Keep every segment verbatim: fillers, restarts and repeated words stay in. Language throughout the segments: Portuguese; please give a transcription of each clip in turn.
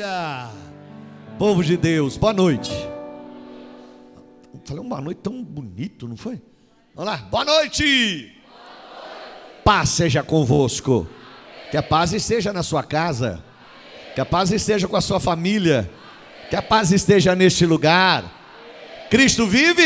Aleluia! Povo de Deus, boa noite. Falei uma noite tão bonito, não foi? Vamos lá, boa noite! Boa noite. Paz seja convosco. Amém. Que a paz esteja na sua casa. Amém. Que a paz esteja com a sua família. Amém. Que a paz esteja neste lugar. Amém. Cristo vive?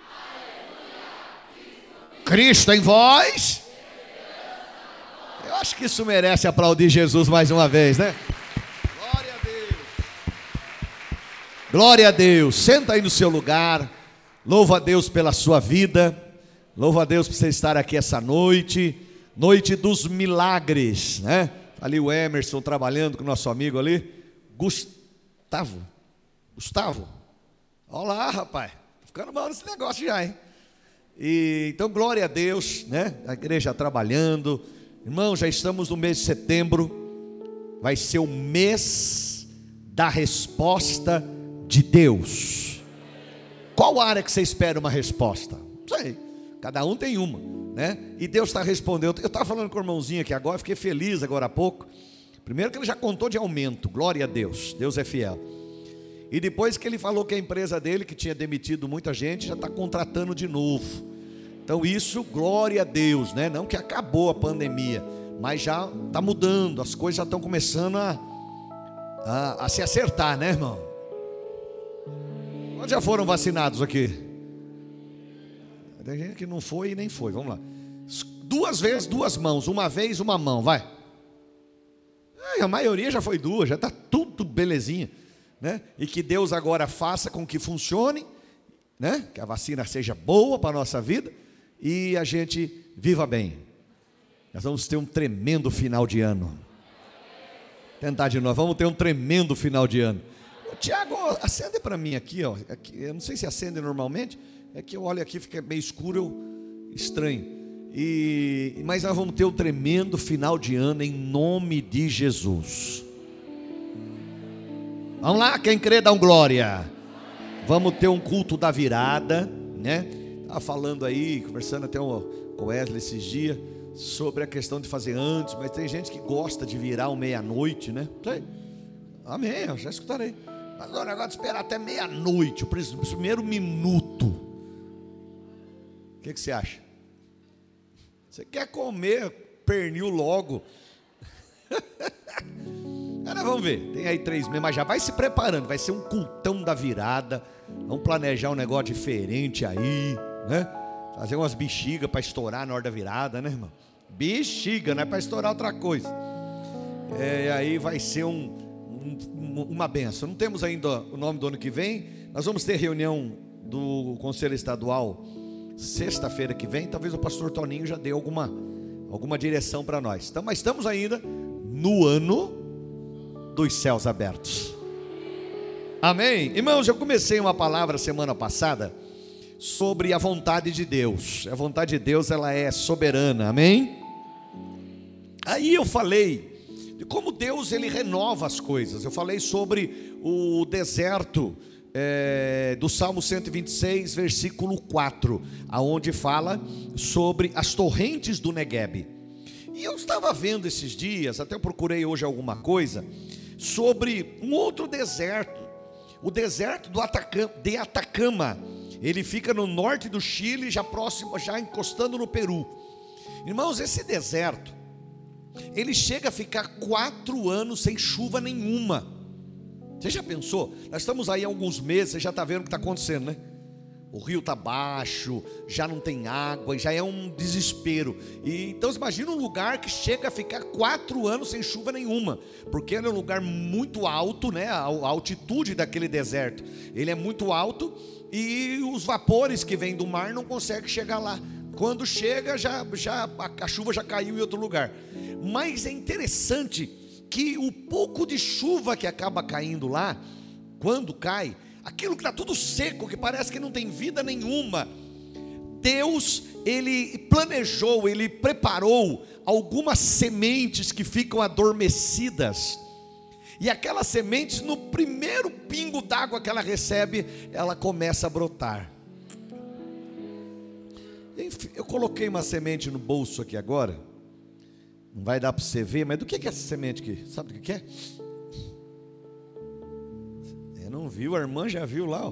Aleluia. Cristo em vós? Eu acho que isso merece aplaudir Jesus mais uma vez, né? Glória a Deus. Glória a Deus. Senta aí no seu lugar. Louva a Deus pela sua vida. Louva a Deus por você estar aqui essa noite. Noite dos milagres, né? Ali o Emerson trabalhando com o nosso amigo ali, Gustavo. Gustavo. Olá, rapaz. Tô ficando mal nesse negócio já, hein? E, então, glória a Deus, né? A igreja trabalhando. Irmão, já estamos no mês de setembro. Vai ser o mês da resposta de Deus. Qual área que você espera uma resposta? Não sei, cada um tem uma, né? E Deus está respondendo. Eu estava falando com o irmãozinho aqui agora, fiquei feliz agora há pouco. Primeiro que ele já contou de aumento, glória a Deus, Deus é fiel. E depois que ele falou que a empresa dele, que tinha demitido muita gente, já está contratando de novo. Então isso, glória a Deus, né? Não que acabou a pandemia, mas já está mudando, as coisas já estão começando a, a, a se acertar, né, irmão? Quantos já foram vacinados aqui? Tem gente que não foi e nem foi, vamos lá. Duas vezes, duas mãos, uma vez, uma mão, vai. A maioria já foi duas, já está tudo belezinha, né? E que Deus agora faça com que funcione, né? Que a vacina seja boa para a nossa vida e a gente viva bem. Nós vamos ter um tremendo final de ano. Tentar de novo, vamos ter um tremendo final de ano. Tiago, acende para mim aqui, ó. Aqui, eu não sei se acende normalmente, é que eu olho aqui, fica meio escuro, eu estranho. E, mas nós vamos ter um tremendo final de ano em nome de Jesus. Vamos lá, quem crê dá um glória. Vamos ter um culto da virada, né? Estava falando aí, conversando até com o Wesley esses dias, sobre a questão de fazer antes, mas tem gente que gosta de virar o meia-noite, né? Sei. Amém, eu já escutarei. Mas o negócio de esperar até meia-noite, o primeiro minuto. O que, que você acha? Você quer comer pernil logo? Agora vamos ver, tem aí três meses, mas já vai se preparando, vai ser um cultão da virada. Vamos planejar um negócio diferente aí, né? Fazer umas bexigas para estourar na hora da virada, né, irmão? Bexiga, não é para estourar outra coisa. É, aí vai ser um, um, uma benção. Não temos ainda o nome do ano que vem. Nós vamos ter reunião do Conselho Estadual sexta-feira que vem. Talvez o pastor Toninho já dê alguma, alguma direção para nós. Então, mas estamos ainda no ano dos céus abertos. Amém? Irmãos, eu comecei uma palavra semana passada sobre a vontade de Deus. A vontade de Deus, ela é soberana, amém? Aí eu falei de como Deus, ele renova as coisas. Eu falei sobre o deserto é, do Salmo cento e vinte e seis, versículo quatro, aonde fala sobre as torrentes do Neguebe. E eu estava vendo esses dias, até eu procurei hoje alguma coisa, sobre um outro deserto, o deserto do Atacama, de Atacama. Ele fica no norte do Chile, já próximo, já encostando no Peru. Irmãos, esse deserto, ele chega a ficar quatro anos sem chuva nenhuma. Você já pensou? Nós estamos aí há alguns meses, você já está vendo o que está acontecendo, né? O rio está baixo, já não tem água, já é um desespero. E, então você imagina um lugar que chega a ficar quatro anos sem chuva nenhuma, porque ele é um lugar muito alto, né? A, a altitude daquele deserto, ele é muito alto, e os vapores que vêm do mar não conseguem chegar lá. Quando chega, já, já, a, a chuva já caiu em outro lugar. Mas é interessante que o pouco de chuva que acaba caindo lá, quando cai, aquilo que está tudo seco, que parece que não tem vida nenhuma, Deus, ele planejou, ele preparou algumas sementes que ficam adormecidas. E aquelas sementes, no primeiro pingo d'água que ela recebe, ela começa a brotar. Enfim, eu coloquei uma semente no bolso aqui agora. Não vai dar para você ver, mas do que é essa semente aqui? Sabe do que é? não viu, a irmã já viu lá, ó.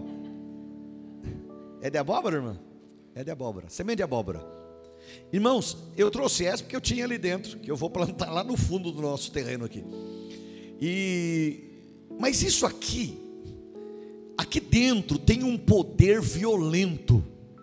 É de abóbora, irmã? É de abóbora, semente de abóbora. Irmãos, eu trouxe essa porque eu tinha ali dentro, que eu vou plantar lá no fundo do nosso terreno aqui. E mas isso aqui, aqui dentro tem um poder violento.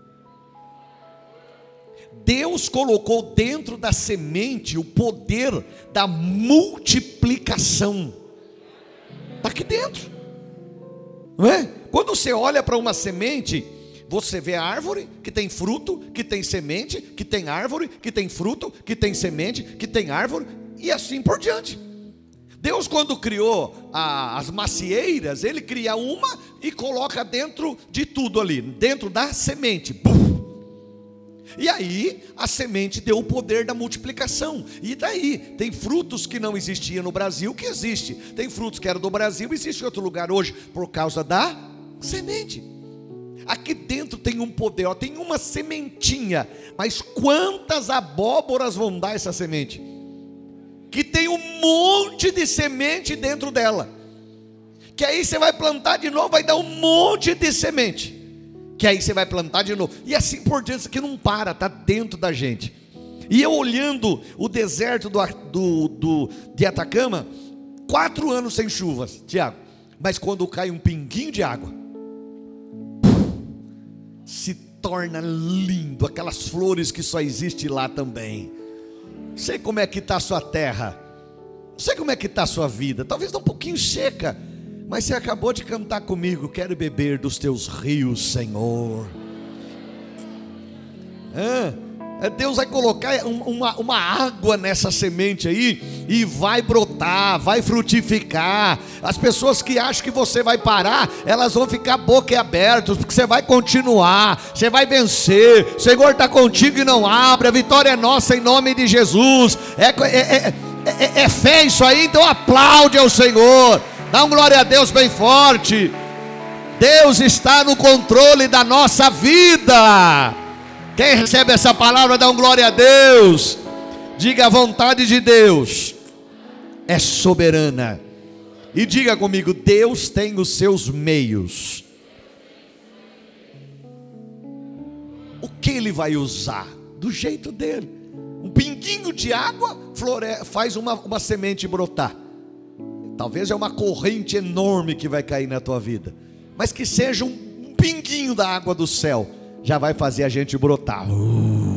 Deus colocou dentro da semente o poder da multiplicação. Está aqui dentro, não é? Quando você olha para uma semente, você vê a árvore que tem fruto, que tem semente, que tem árvore, que tem fruto, que tem semente, que tem árvore, e assim por diante. Deus, quando criou a, as macieiras, Ele cria uma e coloca dentro de tudo ali, dentro da semente. Bum! E aí a semente deu o poder da multiplicação. E daí tem frutos que não existiam no Brasil que existe. Tem frutos que eram do Brasil e existe em outro lugar hoje por causa da semente. Aqui dentro tem um poder, ó, tem uma sementinha. Mas quantas abóboras vão dar essa semente? Que tem um monte de semente dentro dela. Que aí você vai plantar de novo, vai dar um monte de semente. Que aí você vai plantar de novo. E assim por diante, isso aqui não para, está dentro da gente. E eu olhando o deserto do, do, do, de Atacama, quatro anos sem chuvas, Tiago. Mas quando cai um pinguinho de água, se torna lindo. Aquelas flores que só existem lá também. Não sei como é que está a sua terra. Não sei como é que está a sua vida. Talvez está um pouquinho seca. Mas você acabou de cantar comigo. Quero beber dos teus rios, Senhor. Ah, Deus vai colocar uma, uma água nessa semente aí. E vai brotar, vai frutificar. As pessoas que acham que você vai parar, elas vão ficar boca abertas, porque você vai continuar, você vai vencer. O Senhor está contigo e não abre. A vitória é nossa em nome de Jesus. É, é, é, é, é fé isso aí, então aplaude ao Senhor. Dá um glória a Deus bem forte. Deus está no controle da nossa vida. Quem recebe essa palavra, dá um glória a Deus. Diga: a vontade de Deus é soberana. E diga comigo: Deus tem os seus meios. O que Ele vai usar? Do jeito dele. Um pinguinho de água flore... faz uma, uma semente brotar. Talvez é uma corrente enorme que vai cair na tua vida, mas que seja um pinguinho da água do céu, já vai fazer a gente brotar. uh.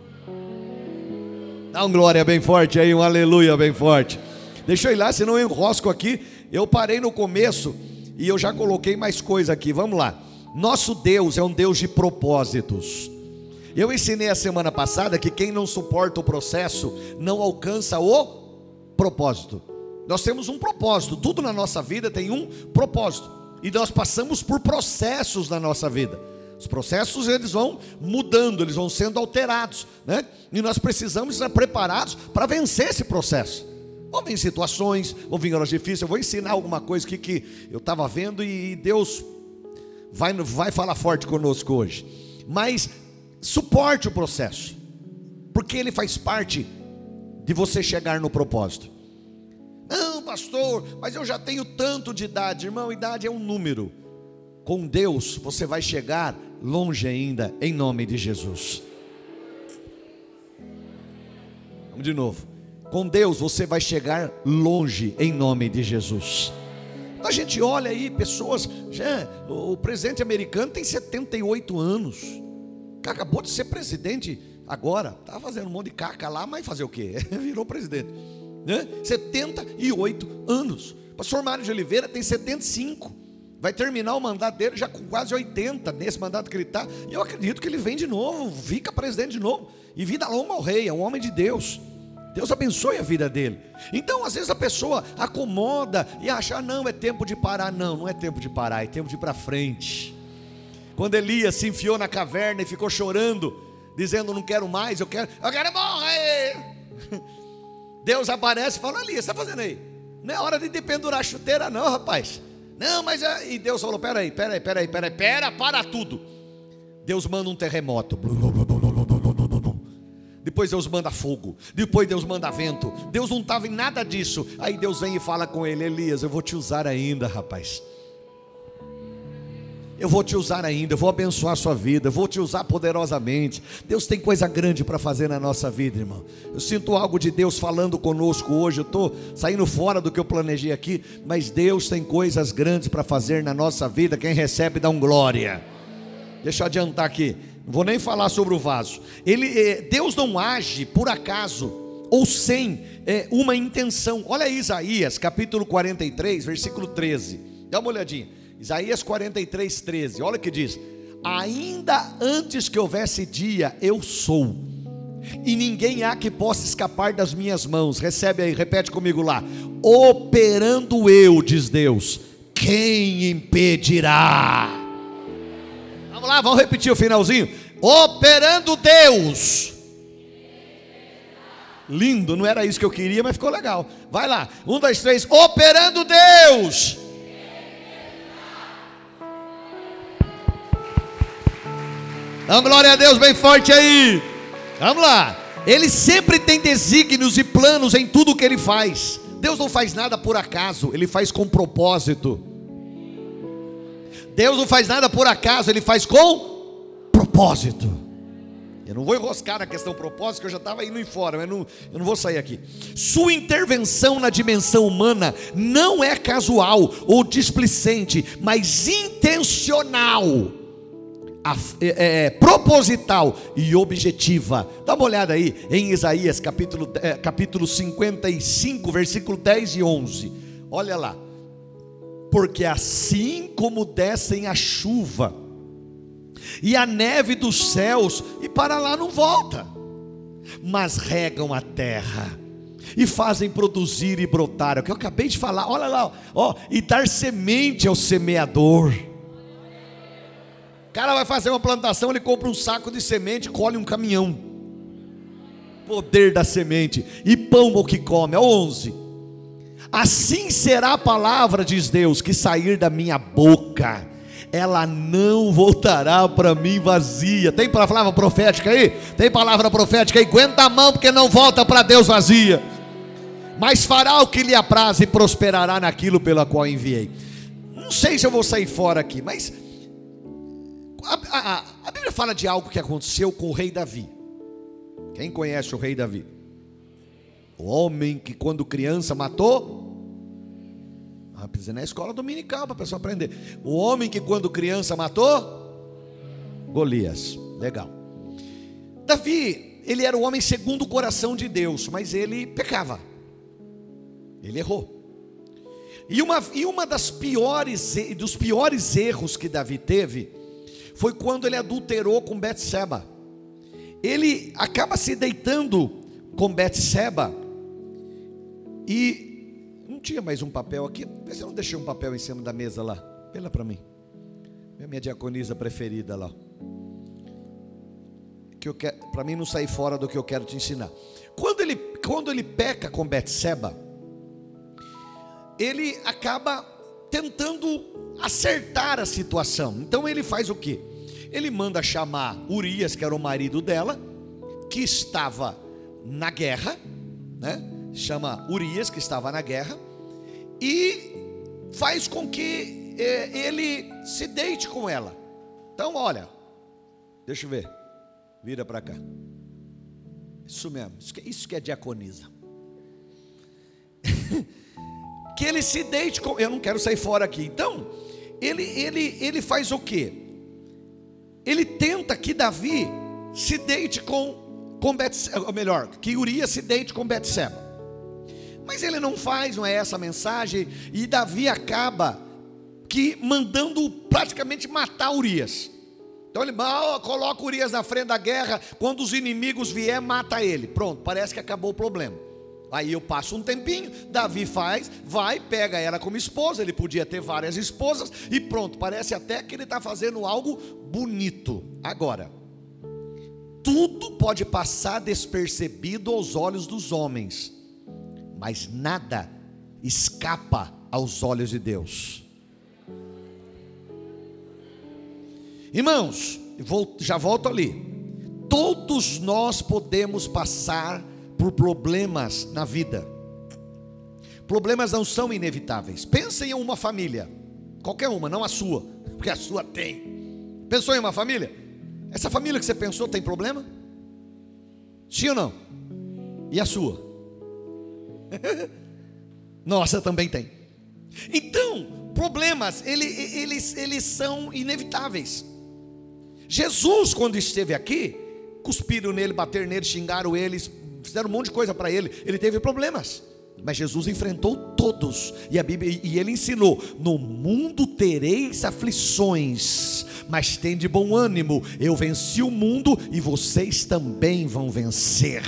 Dá um glória bem forte aí, um aleluia bem forte. Deixa eu ir lá, senão eu enrosco aqui. Eu parei no começo e eu já coloquei mais coisa aqui. Vamos lá. Nosso Deus é um Deus de propósitos. Eu ensinei a semana passada que quem não suporta o processo não alcança o propósito. Nós temos um propósito, tudo na nossa vida tem um propósito. E nós passamos por processos na nossa vida. Os processos, eles vão mudando, eles vão sendo alterados, né? E nós precisamos estar preparados para vencer esse processo. Vão vir situações, vão vir horas difíceis. Eu vou ensinar alguma coisa aqui que eu estava vendo e Deus vai, vai falar forte conosco hoje. Mas suporte o processo, porque ele faz parte de você chegar no propósito. Não, pastor, mas eu já tenho tanto de idade. Irmão, idade é um número. Com Deus você vai chegar longe ainda, em nome de Jesus. Vamos de novo. Com Deus você vai chegar longe, em nome de Jesus. Então a gente olha aí pessoas, já, o presidente americano tem setenta e oito anos. Acabou de ser presidente agora. Estava fazendo um monte de caca lá, mas fazer o quê? Virou presidente. Né? setenta e oito anos. O pastor Mário de Oliveira tem setenta e cinco. Vai terminar o mandato dele já com quase oitenta, nesse mandato que ele está. E eu acredito que ele vem de novo, fica presidente de novo. E vida longa ao rei, é um homem de Deus. Deus abençoe a vida dele. Então às vezes a pessoa acomoda e acha: ah, não, é tempo de parar. Não, não é tempo de parar, é tempo de ir para frente. Quando Elias se enfiou na caverna e ficou chorando, dizendo: não quero mais, eu quero, eu quero morrer. Deus aparece e fala: Elias, o que você está fazendo aí? Não é hora de pendurar a chuteira não, rapaz. Não, mas... É... E Deus falou: peraí, peraí, peraí, peraí, pera, para tudo. Deus manda um terremoto. Depois Deus manda fogo. Depois Deus manda vento. Deus não estava em nada disso. Aí Deus vem e fala com ele: Elias, eu vou te usar ainda, rapaz. eu vou te usar ainda, eu vou abençoar a sua vida, eu vou te usar poderosamente. Deus tem coisa grande para fazer na nossa vida, irmão. Eu sinto algo de Deus falando conosco hoje. Eu estou saindo fora do que eu planejei aqui, mas Deus tem coisas grandes para fazer na nossa vida. Quem recebe dá um glória. Deixa eu adiantar aqui, não vou nem falar sobre o vaso. Ele, Deus não age por acaso ou sem é, uma intenção. Olha aí Isaías capítulo quarenta e três, versículo treze. Dá uma olhadinha. Isaías quarenta e três, treze, olha o que diz: ainda antes que houvesse dia, eu sou, e ninguém há que possa escapar das minhas mãos. Recebe aí, repete comigo lá: operando eu, diz Deus, quem impedirá? Vamos lá, vamos repetir o finalzinho: operando Deus. Lindo, não era isso que eu queria, mas ficou legal. Vai lá, um, dois, três, operando Deus. Dá glória a Deus bem forte aí. Vamos lá. Ele sempre tem desígnios e planos em tudo que Ele faz. Deus não faz nada por acaso, Ele faz com propósito. Deus não faz nada por acaso, Ele faz com propósito. Eu não vou enroscar na questão propósito, que eu já estava indo em fora, mas não, eu não vou sair aqui. Sua intervenção na dimensão humana não é casual ou displicente, mas intencional, É, é, proposital e objetiva. Dá uma olhada aí em Isaías capítulo, é, capítulo cinquenta e cinco, versículo dez e onze. Olha lá: porque assim como descem a chuva e a neve dos céus, e para lá não volta, mas regam a terra e fazem produzir e brotar, é o que eu acabei de falar. Olha lá, ó, e dar semente ao semeador. O cara vai fazer uma plantação, ele compra um saco de semente, colhe um caminhão. Poder da semente. E pão o que come. onze. Assim será a palavra, diz Deus, que sair da minha boca, ela não voltará para mim vazia. Tem palavra profética aí? Tem palavra profética aí? Aguenta a mão, porque não volta para Deus vazia, mas fará o que lhe apraz e prosperará naquilo pela qual enviei. Não sei se eu vou sair fora aqui, mas A, a, a Bíblia fala de algo que aconteceu com o rei Davi. Quem conhece o rei Davi? O homem que quando criança matou. Ah, precisa ir na escola dominical para a pessoa aprender. O homem que quando criança matou Golias. Legal. Davi, ele era o homem segundo o coração de Deus, mas ele pecava. Ele errou. E uma, e uma das piores, dos piores erros que Davi teve foi quando ele adulterou com Betseba. Ele acaba se deitando com Betseba. E não tinha mais um papel aqui. Vê se eu não deixei um papel em cima da mesa lá. Pela para mim. É a minha diaconisa preferida lá. Que eu quero, para mim não sair fora do que eu quero te ensinar. Quando ele, quando ele peca com Betseba, ele acaba tentando acertar a situação. Então ele faz o quê? Ele manda chamar Urias, que era o marido dela, que estava na guerra, né? Chama Urias, que estava na guerra, e faz com que eh, ele se deite com ela. Então olha, deixa eu ver, vira para cá. Isso mesmo, isso que, isso que é diaconisa. Que ele se deite com... Eu não quero sair fora aqui. Então ele, ele, ele faz o quê? Ele tenta que Davi se deite com, com Betseba, ou melhor, que Urias se deite com Betseba. Mas ele não faz, não é essa a mensagem. E Davi acaba que mandando praticamente matar Urias. Então ele oh, coloca Urias na frente da guerra. Quando os inimigos vier, mata ele. Pronto, parece que acabou o problema. Aí eu passo um tempinho, Davi faz, vai, pega ela como esposa. Ele podia ter várias esposas. E pronto, parece até que ele está fazendo algo bonito. Agora, tudo pode passar despercebido aos olhos dos homens, mas nada escapa aos olhos de Deus. Irmãos, já volto ali. Todos nós podemos passar por problemas na vida. Problemas não são inevitáveis. Pensem em uma família, qualquer uma, não a sua. porque a sua tem. Pensou em uma família? Essa família que você pensou tem problema? Sim ou não? E a sua? Nossa, também tem. Então, problemas, ele, eles, eles são inevitáveis. Jesus, quando esteve aqui, cuspiram nele, bateram nele, xingaram ele, fizeram um monte de coisa para ele. Ele teve problemas, mas Jesus enfrentou todos. E a Bíblia, e ele ensinou: no mundo tereis aflições, mas tende bom ânimo, eu venci o mundo e vocês também vão vencer.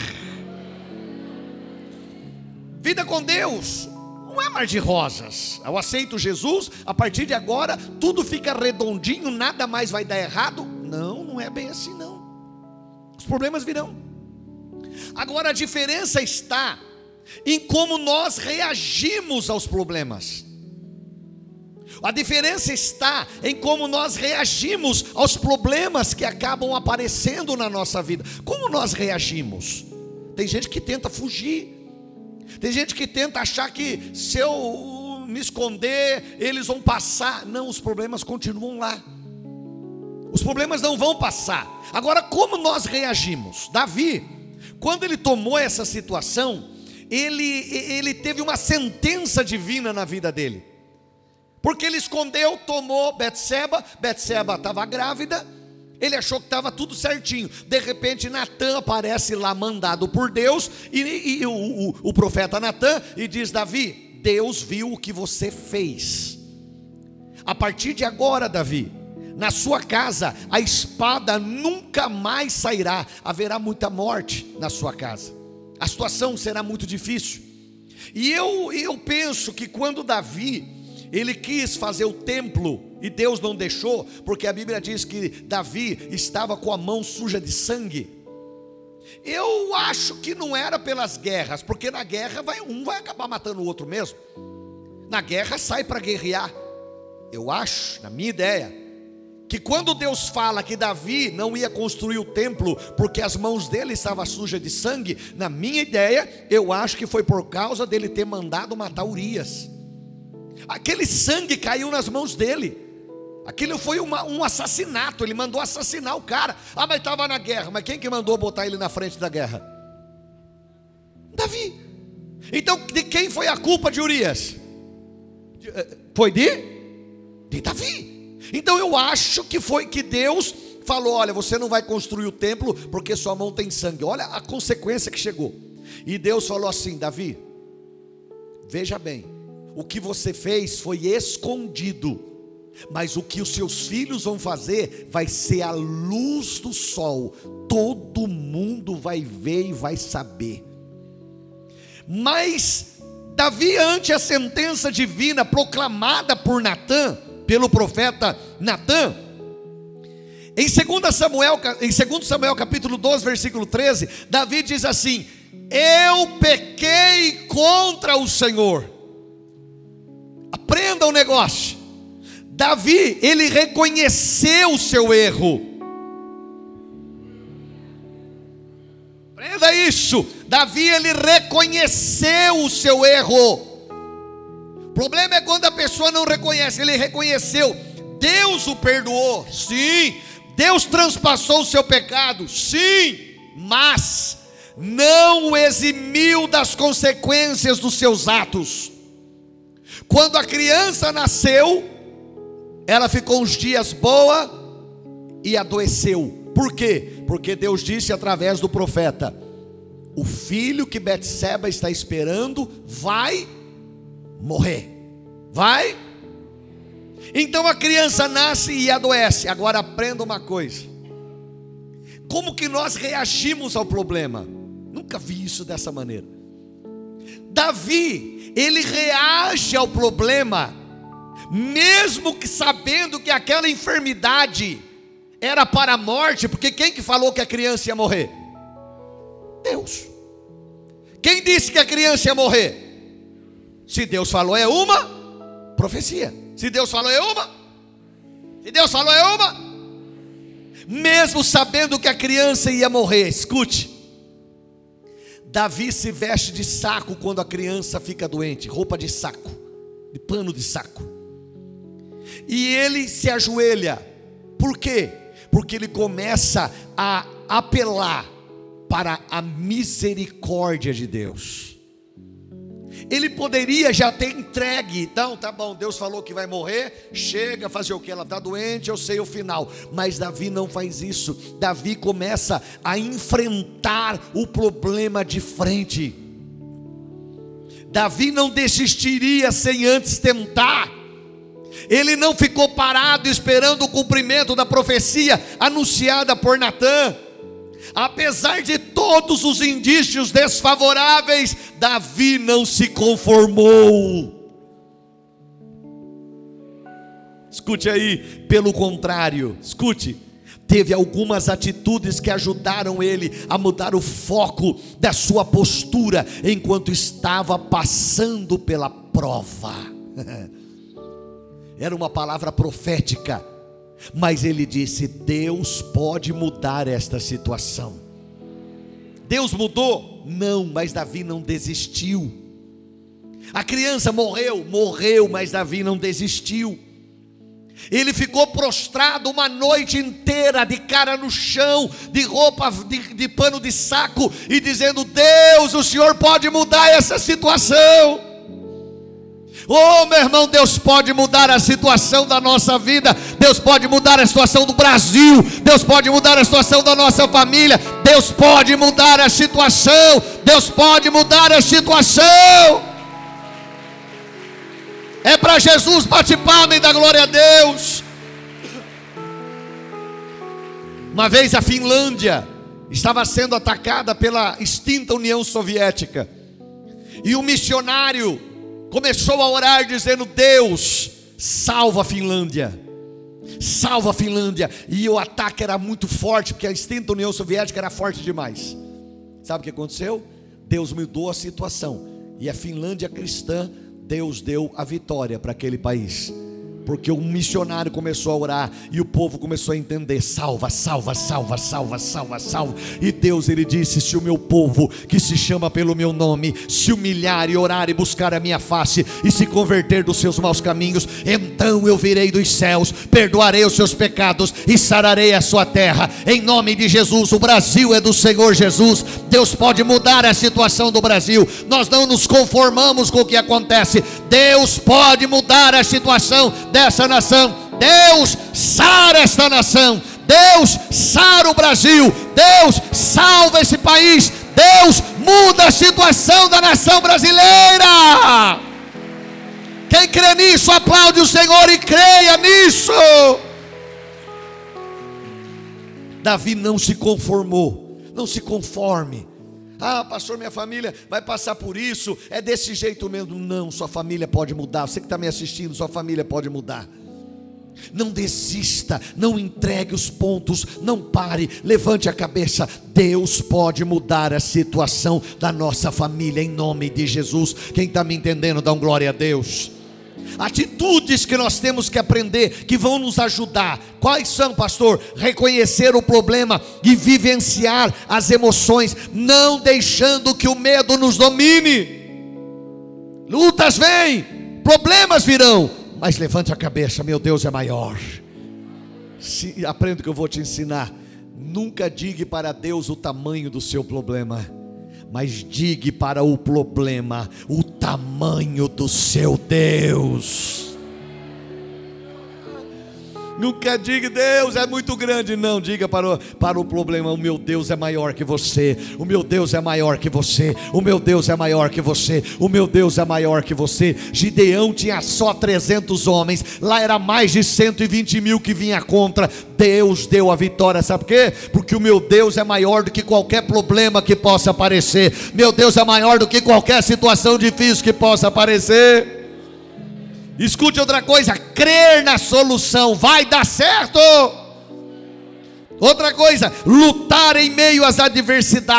Vida com Deus não é mar de rosas. Eu aceito Jesus, a partir de agora tudo fica redondinho, nada mais vai dar errado. Não, não é bem assim não. Os problemas virão. Agora a diferença está em como nós reagimos aos problemas. A diferença está em como nós reagimos aos problemas que acabam aparecendo na nossa vida. Como nós reagimos? Tem gente que tenta fugir. Tem gente que tenta achar que se eu me esconder, eles vão passar. Não, os problemas continuam lá. Os problemas não vão passar. Agora, como nós reagimos? Davi, quando ele tomou essa situação, ele, ele teve uma sentença divina na vida dele. Porque ele escondeu, tomou Betseba, Betseba estava grávida, ele achou que estava tudo certinho. De repente Natã aparece lá, mandado por Deus, e, e o, o, o profeta Natã, e diz: Davi, Deus viu o que você fez. A partir de agora, Davi, na sua casa a espada nunca mais sairá. Haverá muita morte na sua casa. A situação será muito difícil. E eu, eu penso que quando Davi, ele quis fazer o templo e Deus não deixou, porque a Bíblia diz que Davi estava com a mão suja de sangue. Eu acho que não era pelas guerras, porque na guerra vai, um vai acabar matando o outro mesmo. Na guerra sai para guerrear. Eu acho, na minha ideia, que quando Deus fala que Davi não ia construir o templo porque as mãos dele estavam sujas de sangue, na minha ideia, eu acho que foi por causa dele ter mandado matar Urias. Aquele sangue caiu nas mãos dele. Aquilo foi uma, um assassinato. Ele mandou assassinar o cara. Ah, mas estava na guerra. Mas quem que mandou botar ele na frente da guerra? Davi. Então de quem foi a culpa de Urias? Foi de? De Davi. Então eu acho que foi que Deus falou: olha, você não vai construir o templo porque sua mão tem sangue. Olha a consequência que chegou. E Deus falou assim: Davi, veja bem, o que você fez foi escondido, mas o que os seus filhos vão fazer vai ser a luz do sol. Todo mundo vai ver e vai saber. Mas Davi, ante a sentença divina proclamada por Natã, pelo profeta Natã, em dois Samuel, em dois Samuel capítulo doze, versículo treze, Davi diz assim: eu pequei contra o Senhor. Aprenda o negócio. Davi, ele reconheceu o seu erro. Aprenda isso. Davi, ele reconheceu o seu erro. O problema é quando a pessoa não reconhece. Ele reconheceu. Deus o perdoou, sim. Deus transpassou o seu pecado, sim. Mas não o eximiu das consequências dos seus atos. Quando a criança nasceu, ela ficou uns dias boa e adoeceu. Por quê? Porque Deus disse através do profeta: o filho que Betseba está esperando vai morrer. Vai? Então a criança nasce e adoece. Agora aprenda uma coisa: como que nós reagimos ao problema? Nunca vi isso dessa maneira. Davi, ele reage ao problema, mesmo que sabendo que aquela enfermidade era para a morte, porque quem que falou que a criança ia morrer? Deus. Quem disse que a criança ia morrer? Se Deus falou, é uma profecia. Se Deus falou, é uma. Se Deus falou, é uma. Mesmo sabendo que a criança ia morrer, escute. Davi se veste de saco quando a criança fica doente, roupa de saco, de pano de saco. E ele se ajoelha. Por quê? Porque ele começa a apelar para a misericórdia de Deus. Ele poderia já ter entregue, não, tá bom, Deus falou que vai morrer, chega, fazer o que? Ela está doente, eu sei o final. Mas Davi não faz isso. Davi começa a enfrentar o problema de frente. Davi não desistiria sem antes tentar. Ele não ficou parado esperando o cumprimento da profecia anunciada por Natã. Apesar de todos os indícios desfavoráveis, Davi não se conformou. Escute aí, pelo contrário, escute, teve algumas atitudes que ajudaram ele a mudar o foco da sua postura enquanto estava passando pela prova. Era uma palavra profética. Mas ele disse: Deus pode mudar esta situação. Deus mudou? Não, mas Davi não desistiu. A criança morreu? Morreu, mas Davi não desistiu. Ele ficou prostrado uma noite inteira, de cara no chão, de roupa, de, de pano de saco, e dizendo: Deus, o Senhor pode mudar essa situação. Oh, meu irmão, Deus pode mudar a situação da nossa vida. Deus pode mudar a situação do Brasil. Deus pode mudar a situação da nossa família. Deus pode mudar a situação. Deus pode mudar a situação. É para Jesus, bate palma e dá glória a Deus. Uma vez a Finlândia estava sendo atacada pela extinta União Soviética, e o missionário começou a orar dizendo: Deus, salva a Finlândia, salva a Finlândia. E o ataque era muito forte, porque a extinta União Soviética era forte demais. Sabe o que aconteceu? Deus mudou a situação, e a Finlândia cristã, Deus deu a vitória para aquele país. Porque o missionário começou a orar, e o povo começou a entender: salva, salva, salva, salva, salva, salva. E Deus, ele disse: se o meu povo, que se chama pelo meu nome, se humilhar e orar e buscar a minha face, e se converter dos seus maus caminhos, então eu virei dos céus, perdoarei os seus pecados e sararei a sua terra. Em nome de Jesus. O Brasil é do Senhor Jesus. Deus pode mudar a situação do Brasil. Nós não nos conformamos com o que acontece. Deus pode mudar a situação dessa nação. Deus sara esta nação. Deus sara o Brasil. Deus salva esse país. Deus muda a situação da nação brasileira. Quem crê nisso, aplaude o Senhor e creia nisso. Davi não se conformou. Não se conforme. Ah, pastor, minha família vai passar por isso, é desse jeito mesmo. Não, sua família pode mudar. Você que está me assistindo, sua família pode mudar. Não desista, não entregue os pontos, não pare, levante a cabeça. Deus pode mudar a situação da nossa família, em nome de Jesus. Quem está me entendendo, dá um glória a Deus. Atitudes que nós temos que aprender, que vão nos ajudar. Quais são, pastor? Reconhecer o problema e vivenciar as emoções, não deixando que o medo nos domine. Lutas vêm, problemas virão, mas levante a cabeça, meu Deus é maior. Se, aprenda o que eu vou te ensinar. Nunca diga para Deus o tamanho do seu problema, mas diga para o problema o tamanho do seu Deus. Nunca diga: Deus é muito grande. Não, diga para o, para o problema: o meu Deus é maior que você. O meu Deus é maior que você. O meu Deus é maior que você. O meu Deus é maior que você. Gideão tinha só trezentos homens. Lá era mais de cento e vinte mil que vinha contra. Deus deu a vitória. Sabe por quê? Porque o meu Deus é maior do que qualquer problema que possa aparecer. Meu Deus é maior do que qualquer situação difícil que possa aparecer. Escute outra coisa: crer na solução, vai dar certo. Outra coisa, lutar em meio às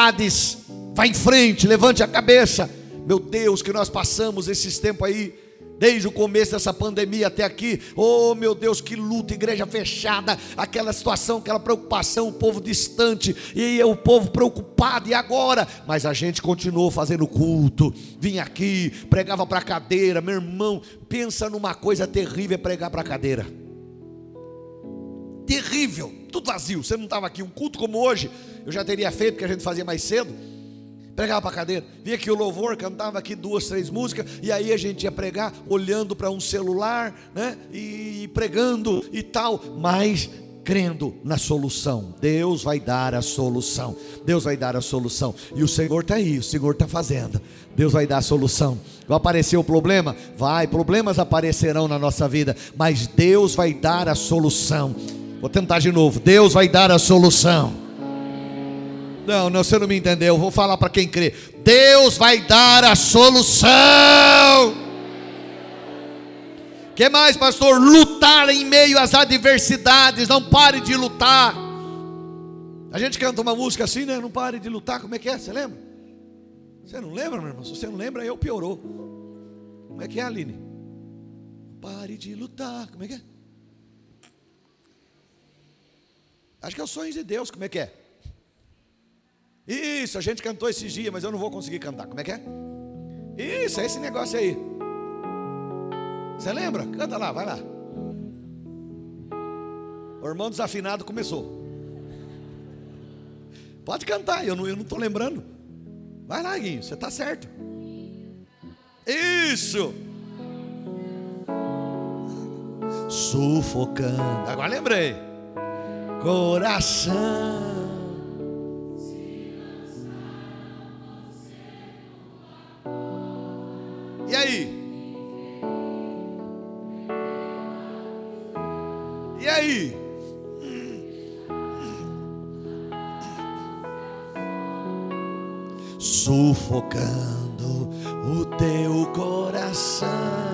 adversidades. Vai em frente, levante a cabeça. Meu Deus, que nós passamos esses tempos aí Desde o começo dessa pandemia até aqui, oh meu Deus, que luta, igreja fechada, aquela situação, aquela preocupação, o povo distante, e o povo preocupado, e agora? Mas a gente continuou fazendo culto, vinha aqui, pregava para a cadeira. Meu irmão, pensa numa coisa terrível, é pregar para a cadeira. Terrível, tudo vazio. Você não estava aqui, um culto como hoje, eu já teria feito, porque a gente fazia mais cedo. Pregava para a cadeira, vinha aqui o louvor, cantava aqui duas, três músicas, e aí a gente ia pregar olhando para um celular, né? E pregando e tal, mas crendo na solução. Deus vai dar a solução. Deus vai dar a solução. E o Senhor está aí, o Senhor está fazendo. Deus vai dar a solução. Vai aparecer o problema? Vai, problemas aparecerão na nossa vida, mas Deus vai dar a solução. Vou tentar de novo. Deus vai dar a solução. Não, não, você não me entendeu. Vou falar para quem crê. Deus vai dar a solução. Que mais, pastor? Lutar em meio às adversidades. Não pare de lutar. A gente canta uma música assim, né? Não pare de lutar. Como é que é? Você lembra? Você não lembra, meu irmão? Se você não lembra, eu piorou. Como é que é, Aline? Pare de lutar. Como é que é? Acho que é os sonhos de Deus. Como é que é? Isso, a gente cantou esses dias, mas eu não vou conseguir cantar. Como é que é? Isso, é esse negócio aí. Você lembra? Canta lá, vai lá. O irmão desafinado começou. Pode cantar, eu não eu não estou lembrando. Vai lá, Guinho, você está certo. Isso. Sufocando. Agora lembrei. Coração. E aí? E aí? Sufocando o teu coração.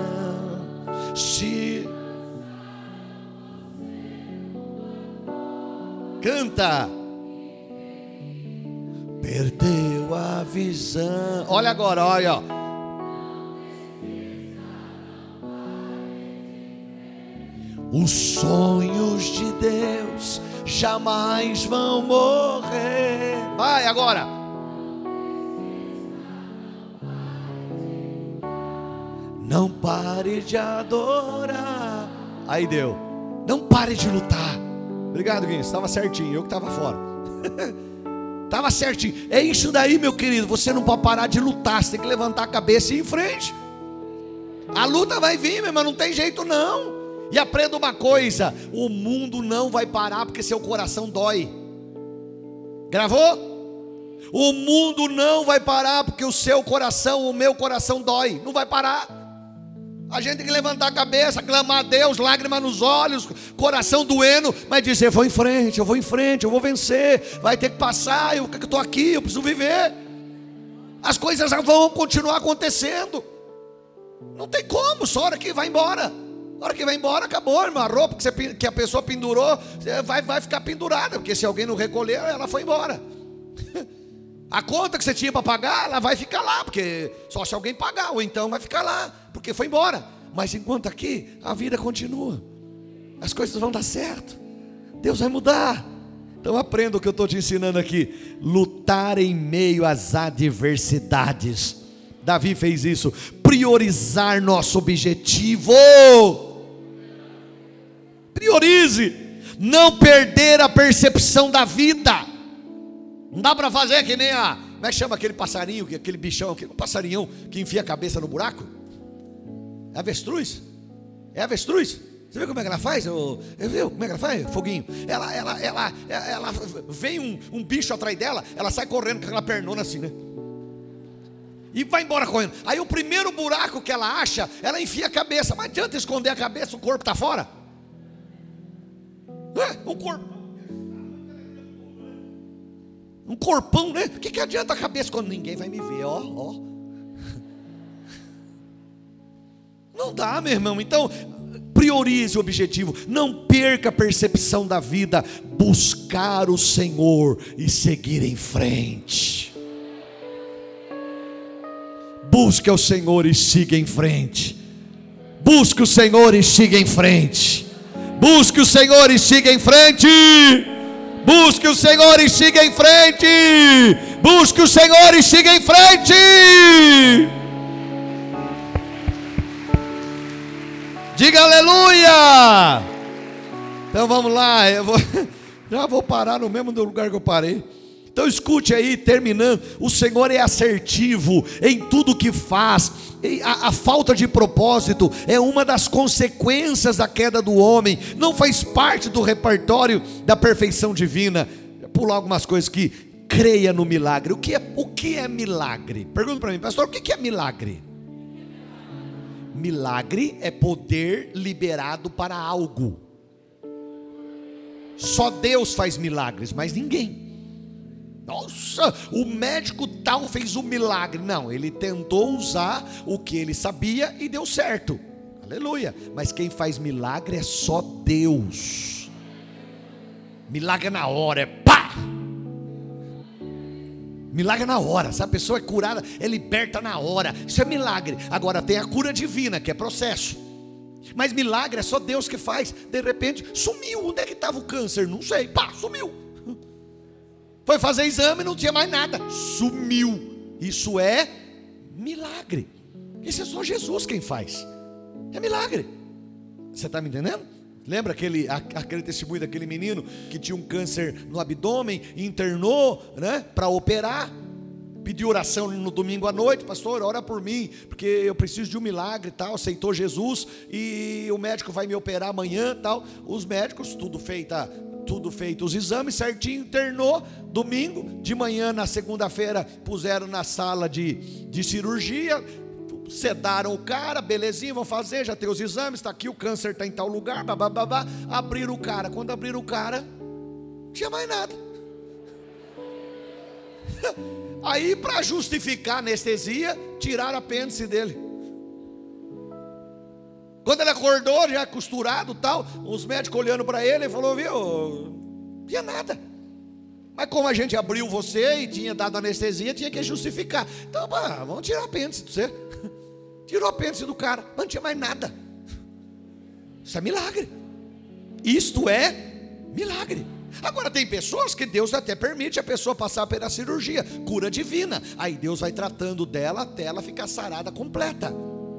Se canta. Perdeu a visão. Olha agora, olha, ó. Os sonhos de Deus jamais vão morrer. Vai agora. Não pare de adorar. Aí deu. Não pare de lutar. Obrigado, Guinho. Estava certinho. Eu que estava fora. Estava certinho. É isso daí, meu querido. Você não pode parar de lutar. Você tem que levantar a cabeça e ir em frente. A luta vai vir, mas não tem jeito não. E aprenda uma coisa: o mundo não vai parar porque seu coração dói. Gravou? O mundo não vai parar porque o seu coração, o meu coração dói. Não vai parar. A gente tem que levantar a cabeça, clamar a Deus, lágrimas nos olhos, coração doendo, mas dizer: eu vou em frente, eu vou em frente, eu vou vencer. Vai ter que passar, eu estou aqui, eu preciso viver. As coisas vão continuar acontecendo. Não tem como, só a hora que vai embora. Na hora que vai embora, acabou, irmão. A roupa que, você, que a pessoa pendurou vai, vai ficar pendurada, porque se alguém não recolher, ela foi embora. A conta que você tinha para pagar, ela vai ficar lá, porque só se alguém pagar, ou então vai ficar lá, porque foi embora. Mas enquanto aqui, a vida continua. As coisas vão dar certo. Deus vai mudar. Então aprenda o que eu estou te ensinando aqui. Lutar em meio às adversidades. Davi fez isso. Priorizar nosso objetivo. Priorize. Não perder a percepção da vida. Não dá para fazer que nem a... Como é que chama aquele passarinho, aquele bichão, aquele passarinhão que enfia a cabeça no buraco? É avestruz? É avestruz? Você viu como é que ela faz? Eu, eu viu como é que ela faz? Foguinho. Ela, ela, ela, ela, ela vem um, um bicho atrás dela, ela sai correndo com aquela pernona assim, né? E vai embora correndo. Aí o primeiro buraco que ela acha, ela enfia a cabeça. Mas adianta esconder a cabeça, o corpo está fora? É, o corpo. Um corpão, né? O que, que adianta a cabeça quando ninguém vai me ver? Ó, ó. Não dá, meu irmão. Então, priorize o objetivo. Não perca a percepção da vida. Buscar o Senhor e seguir em frente. Busque ao Senhor e siga em frente. Busque o Senhor e siga em frente. Busque o Senhor e siga em frente. Busque o Senhor e siga em frente. Busque o Senhor e siga em frente. Diga aleluia. Então vamos lá, eu vou, já vou parar no mesmo lugar que eu parei. Então escute aí, terminando. O Senhor é assertivo em tudo que faz. A, a falta de propósito é uma das consequências da queda do homem. Não faz parte do repertório da perfeição divina. Vou pular algumas coisas que creia no milagre. O que é, o que é milagre? Pergunta para mim, pastor, o que é milagre? Milagre é poder liberado para algo. Só Deus faz milagres, mas ninguém. Nossa, o médico tal fez um milagre. Não, ele tentou usar o que ele sabia e deu certo. Aleluia. Mas quem faz milagre é só Deus. Milagre é na hora, é pá! Milagre é na hora. Se a pessoa é curada, é liberta na hora. Isso é milagre. Agora tem a cura divina, que é processo. Mas milagre é só Deus que faz. De repente, sumiu. Onde é que estava o câncer? Não sei, pá, sumiu. Foi fazer exame, não tinha mais nada, sumiu. Isso é milagre. Isso é só Jesus quem faz. É milagre. Você está me entendendo? Lembra aquele, aquele testemunho daquele menino que tinha um câncer no abdômen, internou, né, para operar, pediu oração no domingo à noite, pastor, ora por mim, porque eu preciso de um milagre e tal, aceitou Jesus, e o médico vai me operar amanhã e tal. Os médicos, tudo feita Tudo feito, os exames certinho, internou, domingo, de manhã na segunda-feira, puseram na sala de, de cirurgia, sedaram o cara, belezinha, vão fazer, já tem os exames, está aqui, o câncer está em tal lugar, babá, abriram o cara, quando abriram o cara, não tinha mais nada. Aí para justificar a anestesia, tiraram a apêndice dele. Quando ele acordou, já costurado e tal, os médicos olhando para ele, ele falou, viu, não tinha nada. Mas como a gente abriu você e tinha dado anestesia, tinha que justificar. Então, pá, vamos tirar o apêndice de você. Tirou o apêndice do cara, mas não tinha mais nada. Isso é milagre. Isto é milagre. Agora tem pessoas que Deus até permite a pessoa passar pela cirurgia, cura divina. Aí Deus vai tratando dela até ela ficar sarada completa.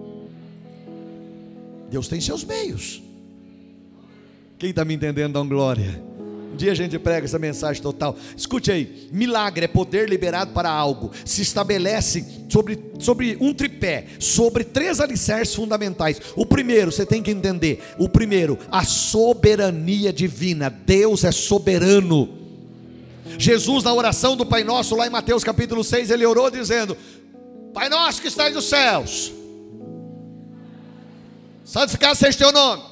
Deus tem seus meios. Quem está me entendendo, dá uma glória. Um dia a gente prega essa mensagem total. Escute aí, milagre é poder liberado para algo. Se estabelece sobre, sobre um tripé, sobre três alicerces fundamentais. O primeiro, você tem que entender. O primeiro, a soberania divina. Deus é soberano. Jesus, na oração do Pai Nosso, lá em Mateus capítulo seis, ele orou dizendo: Pai nosso que estás nos céus, santificado seja teu nome.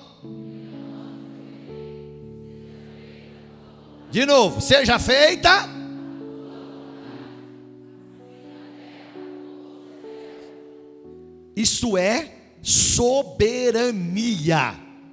De novo, seja feita. Isso é soberania.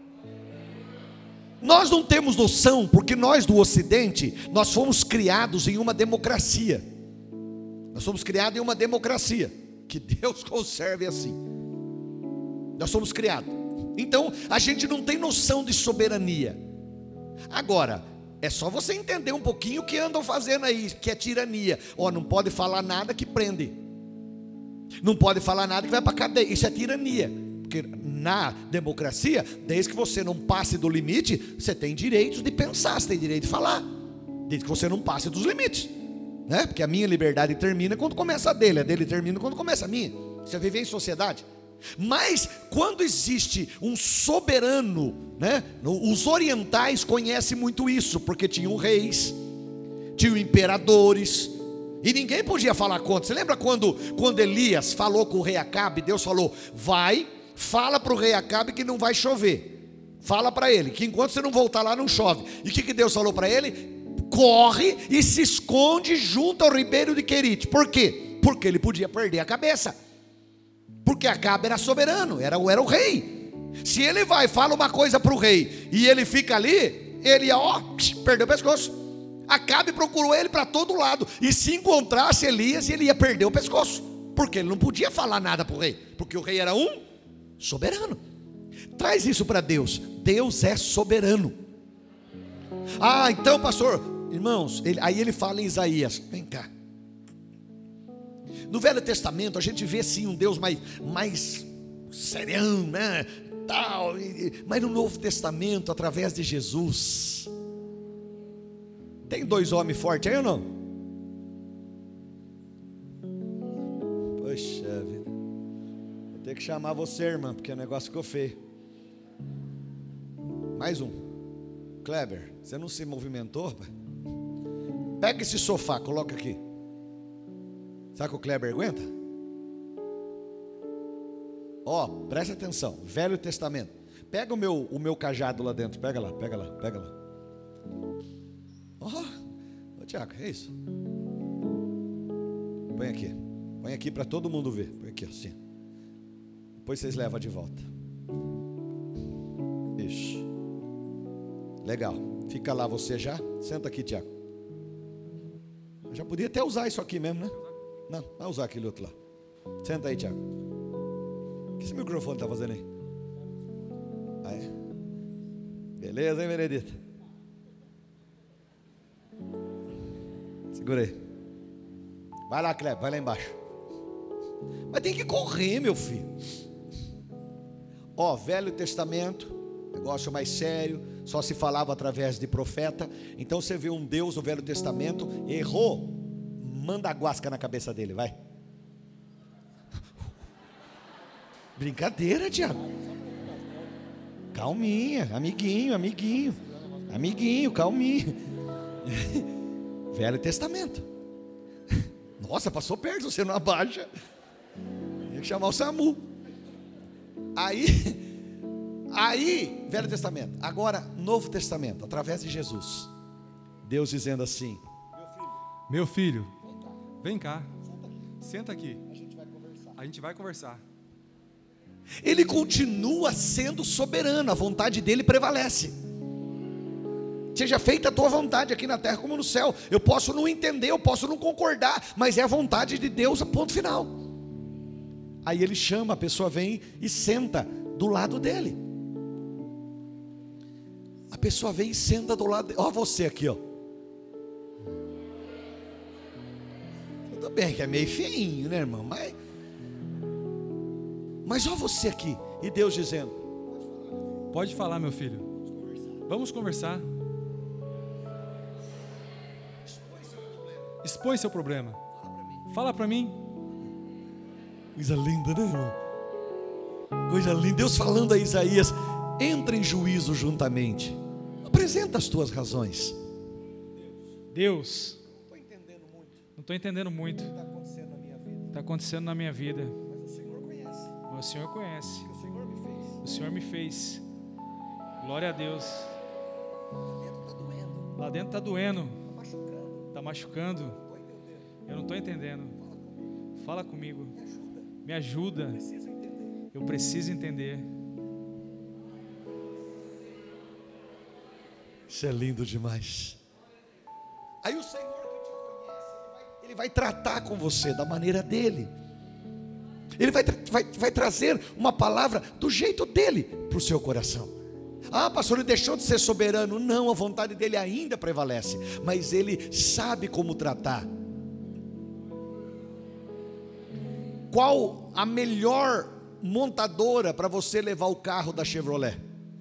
Nós não temos noção, porque nós do Ocidente, nós fomos criados em uma democracia. Nós somos criados em uma democracia. Que Deus conserve assim. Nós somos criados. Então, a gente não tem noção de soberania. Agora, é só você entender um pouquinho o que andam fazendo aí, que é tirania. Ó, não pode falar nada que prende. Não pode falar nada que vai para a cadeia. Isso é tirania. Porque na democracia, desde que você não passe do limite, você tem direito de pensar, você tem direito de falar. Desde que você não passe dos limites, né? Porque a minha liberdade termina quando começa a dele, a dele termina quando começa a minha. Você vive em sociedade. Mas quando existe um soberano, né? Os orientais conhecem muito isso, porque tinham reis, tinham imperadores, e ninguém podia falar contra. Você lembra quando, quando Elias falou com o rei Acabe? Deus falou: vai, fala para o rei Acabe que não vai chover. Fala para ele que enquanto você não voltar lá não chove. E o que, que Deus falou para ele? Corre e se esconde junto ao ribeiro de Querite. Por quê? Porque ele podia perder a cabeça. Porque Acabe era soberano, era, era o rei. Se ele vai e fala uma coisa para o rei e ele fica ali, ele ia, ó, perdeu o pescoço. Acabe procurou ele para todo lado, e se encontrasse Elias, ele ia perder o pescoço, porque ele não podia falar nada para o rei, porque o rei era um soberano. Traz isso para Deus. Deus é soberano. Ah, então pastor, irmãos, ele, aí ele fala em Isaías, vem cá. No Velho Testamento a gente vê sim um Deus mais, mais serião, né? Tal, mas no Novo Testamento, através de Jesus, tem dois homens fortes aí ou não? Poxa vida, vou ter que chamar você, irmã, porque o negócio ficou feio. Mais um. Kleber, você não se movimentou, pai? Pega esse sofá, coloca aqui. Sabe que o Kleber aguenta? Ó, oh, presta atenção. Velho Testamento. Pega o meu, o meu cajado lá dentro. Pega lá, pega lá, pega lá. Ó, oh, oh, Tiago, é isso. Põe aqui. Põe aqui para todo mundo ver. Põe aqui assim. Depois vocês levam de volta. Isso. Legal. Fica lá você já. Senta aqui, Tiago. Já podia até usar isso aqui mesmo, né? Não, vai usar aquele outro lá. Senta aí, Tiago. O que esse microfone está fazendo aí? Ah, é? Beleza, hein, Benedita? Segura aí. Vai lá, Kleber, vai lá embaixo. Mas tem que correr, meu filho. Ó, Velho Testamento, negócio mais sério, só se falava através de profeta. Então você vê um Deus no Velho Testamento, errou, manda a guasca na cabeça dele, vai. Brincadeira, Tiago. Calminha, amiguinho, amiguinho. Amiguinho, calminho. Velho Testamento. Nossa, passou perto, você não abaixa. Tem que chamar o SAMU. Aí, aí, Velho Testamento. Agora, Novo Testamento, através de Jesus. Deus dizendo assim: meu filho, vem cá, senta aqui. A gente vai conversar. A gente vai conversar. Ele continua sendo soberano, a vontade dele prevalece. Seja feita a tua vontade aqui na terra como no céu. Eu posso não entender, eu posso não concordar, mas é a vontade de Deus, a ponto final. Aí ele chama, a pessoa vem e senta do lado dele. A pessoa vem e senta do lado dele. Ó você aqui, ó. Tudo bem que é meio feinho, né, irmão? Mas, mas ó você aqui. E Deus dizendo: pode falar, meu filho. Vamos conversar. Expõe seu problema. Fala para mim. Coisa linda, né, irmão? Coisa linda. Deus falando a Isaías: entra em juízo juntamente. Apresenta as tuas razões. Deus, não estou entendendo muito. Não estou entendendo muito. Está acontecendo na minha vida. Está acontecendo na minha vida. Mas o Senhor conhece. O Senhor conhece. O que o Senhor me fez. O Senhor me fez. Glória a Deus. Lá dentro está doendo. Lá dentro está doendo. Está machucando. Está machucando. Estou entendendo. Eu não estou entendendo. Fala comigo. Fala comigo. Me ajuda. Me ajuda. Preciso entender. Eu preciso entender. Isso é lindo demais. Aí o Senhor que te conhece, Ele vai, ele vai tratar com você da maneira dEle. Ele vai, vai, vai trazer uma palavra do jeito dEle para o seu coração. Ah, pastor, ele deixou de ser soberano. Não, a vontade dEle ainda prevalece, mas Ele sabe como tratar. Qual a melhor montadora para você levar o carro da Chevrolet?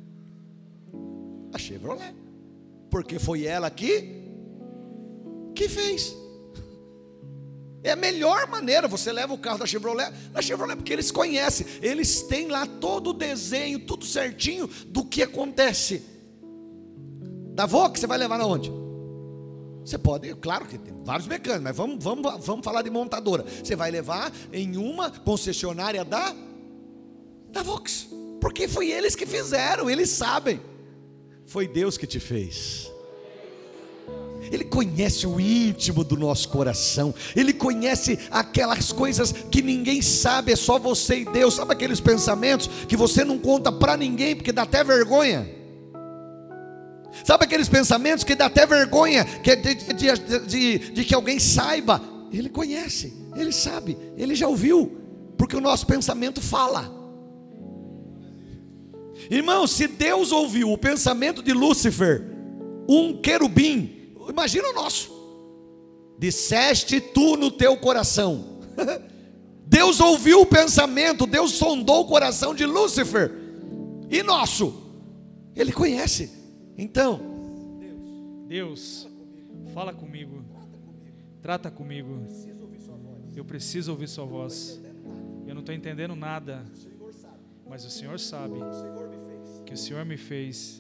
A Chevrolet. Porque foi ela que que fez. É a melhor maneira. Você leva o carro da Chevrolet na Chevrolet, porque eles conhecem. Eles têm lá todo o desenho, tudo certinho do que acontece. Da Volkswagen você vai levar na onde? Você pode, claro que tem vários mecânicos, mas vamos, vamos, vamos falar de montadora. Você vai levar em uma concessionária da da Volkswagen, porque foi eles que fizeram, eles sabem. Foi Deus que te fez. Ele conhece o íntimo do nosso coração. Ele conhece aquelas coisas que ninguém sabe, é só você e Deus. Sabe aqueles pensamentos que você não conta para ninguém porque dá até vergonha? Sabe aqueles pensamentos que dá até vergonha que de, de, de, de, de que alguém saiba? Ele conhece, Ele sabe, Ele já ouviu, porque o nosso pensamento fala. Irmão, se Deus ouviu o pensamento de Lúcifer, um querubim, imagina o nosso. Disseste tu no teu coração. Deus ouviu o pensamento, Deus sondou o coração de Lúcifer. E nosso, Ele conhece. Então, Deus, fala comigo, trata comigo. Eu preciso ouvir sua voz. Eu não estou entendendo nada, mas o Senhor sabe que o Senhor me fez.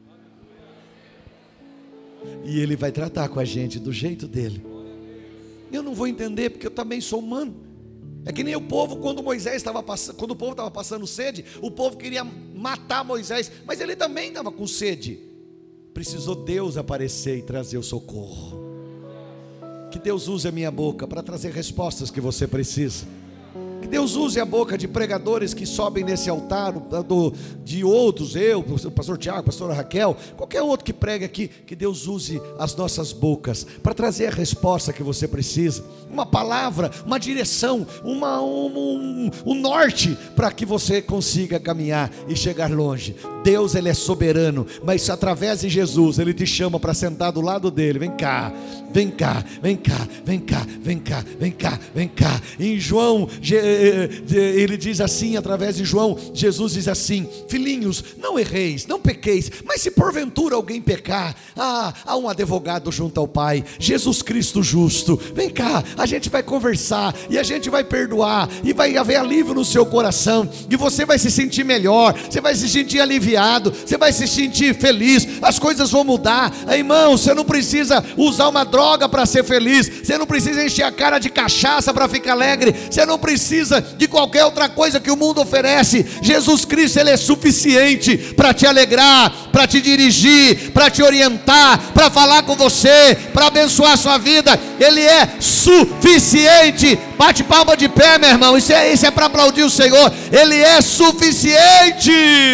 E Ele vai tratar com a gente do jeito dele. Eu não vou entender, porque eu também sou humano. É que nem o povo, quando Moisés estava passando, quando o povo estava passando sede, o povo queria matar Moisés, mas ele também estava com sede. Precisou Deus aparecer e trazer o socorro. Que Deus use a minha boca para trazer respostas que você precisa. Que Deus use a boca de pregadores que sobem nesse altar, do, de outros, eu, o pastor Tiago, a pastora Raquel, qualquer outro que pregue aqui. Que Deus use as nossas bocas para trazer a resposta que você precisa. Uma palavra, uma direção, uma, um, um, um norte para que você consiga caminhar e chegar longe. Deus, Ele é soberano, mas através de Jesus Ele te chama para sentar do lado dele. Vem cá, vem cá, vem cá, vem cá, vem cá, vem cá, vem cá. Em João, ele diz assim, através de João, Jesus diz assim: filhinhos, não erreis, não pequeis, mas se porventura alguém pecar, ah, há um advogado junto ao Pai, Jesus Cristo justo. Vem cá, a gente vai conversar e a gente vai perdoar, e vai haver alívio no seu coração, e você vai se sentir melhor, você vai se sentir aliviado, você vai se sentir feliz, as coisas vão mudar. Irmão, você não precisa usar uma droga para ser feliz, você não precisa encher a cara de cachaça para ficar alegre, você não precisa de qualquer outra coisa que o mundo oferece. Jesus Cristo, Ele é suficiente para te alegrar, para te dirigir, para te orientar, para falar com você, para abençoar a sua vida. Ele é suficiente. Bate palma de pé, meu irmão, isso é, isso é para aplaudir o Senhor. Ele é suficiente.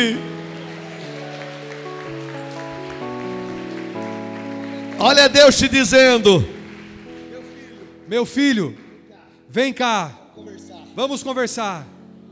Olha Deus te dizendo: meu filho, vem cá, vamos conversar.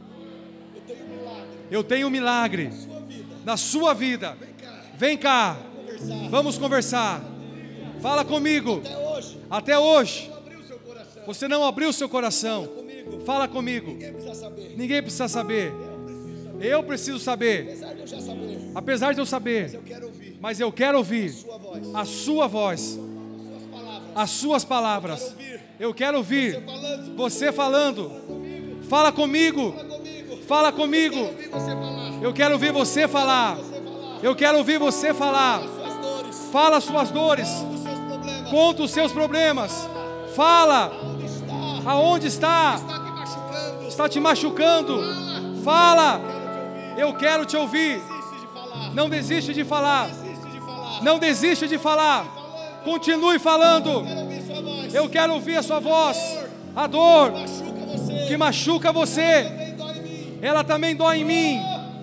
Eu tenho um milagre na sua vida. Vem cá, vamos conversar. Fala comigo. Até hoje você não abriu o seu coração. Fala comigo. Ninguém precisa saber. Eu preciso saber. Apesar de eu saber, mas eu quero ouvir a sua voz, as suas palavras. Eu quero ouvir você falando. Fala comigo. Fala comigo. Eu quero ouvir você falar. Eu quero ouvir você falar. Fala as suas dores. Conta os seus problemas. Fala. Aonde está? Está te machucando. Fala. Eu quero te ouvir. Não desiste de falar. Não desiste de falar. Continue falando. Eu quero ouvir a sua voz. A dor que machuca você, ela também dói em mim.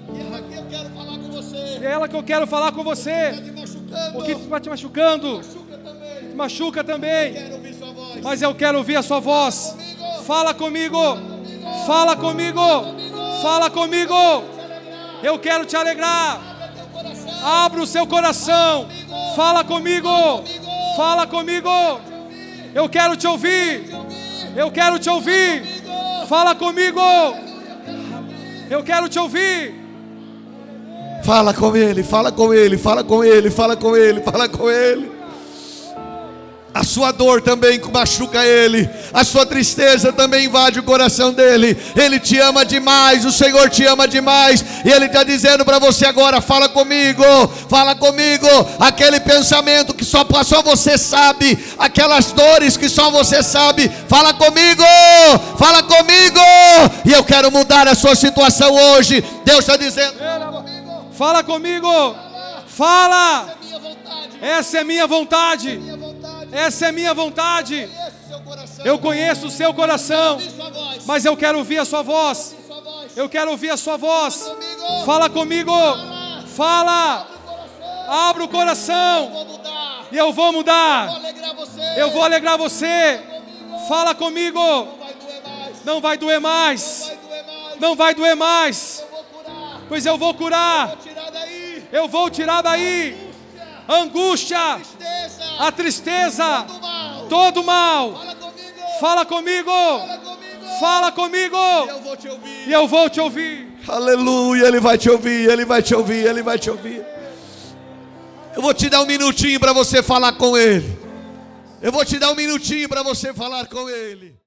É ela que eu quero falar com você. O que está te machucando te machuca também. Mas eu quero ouvir a sua voz. Fala comigo. Fala comigo. Fala comigo. Eu quero te alegrar. Abra o seu coração. Fala comigo. Fala comigo. Eu quero te ouvir. Eu quero te ouvir. Fala comigo. Eu quero te ouvir. Fala com ele, fala com ele, fala com ele, fala com ele, fala com ele. A sua dor também machuca ele, a sua tristeza também invade o coração dele. Ele te ama demais, o Senhor te ama demais, e Ele está dizendo para você agora: fala comigo, fala comigo. Aquele pensamento que só, só você sabe, aquelas dores que só você sabe, fala comigo, fala comigo. E eu quero mudar a sua situação hoje. Deus está dizendo: fala comigo, fala. Essa é minha vontade. Essa é minha vontade. Eu conheço o seu coração, mas eu quero ouvir a sua voz. Eu quero ouvir a sua voz. Fala comigo. Fala. Abra o coração. E eu vou mudar. Eu vou alegrar você. Fala comigo. Não vai doer mais. Não vai doer mais. Pois eu vou curar. Vou tirar daí. Eu vou tirar daí angústia, Tristeza. a tristeza, Todo mal. todo mal. Fala comigo. Fala comigo. Fala comigo. Fala comigo. E eu vou te ouvir. E eu vou te ouvir. Aleluia, Ele vai te ouvir, Ele vai te ouvir, Ele vai te ouvir. Eu vou te dar um minutinho para você falar com Ele. Eu vou te dar um minutinho para você falar com Ele.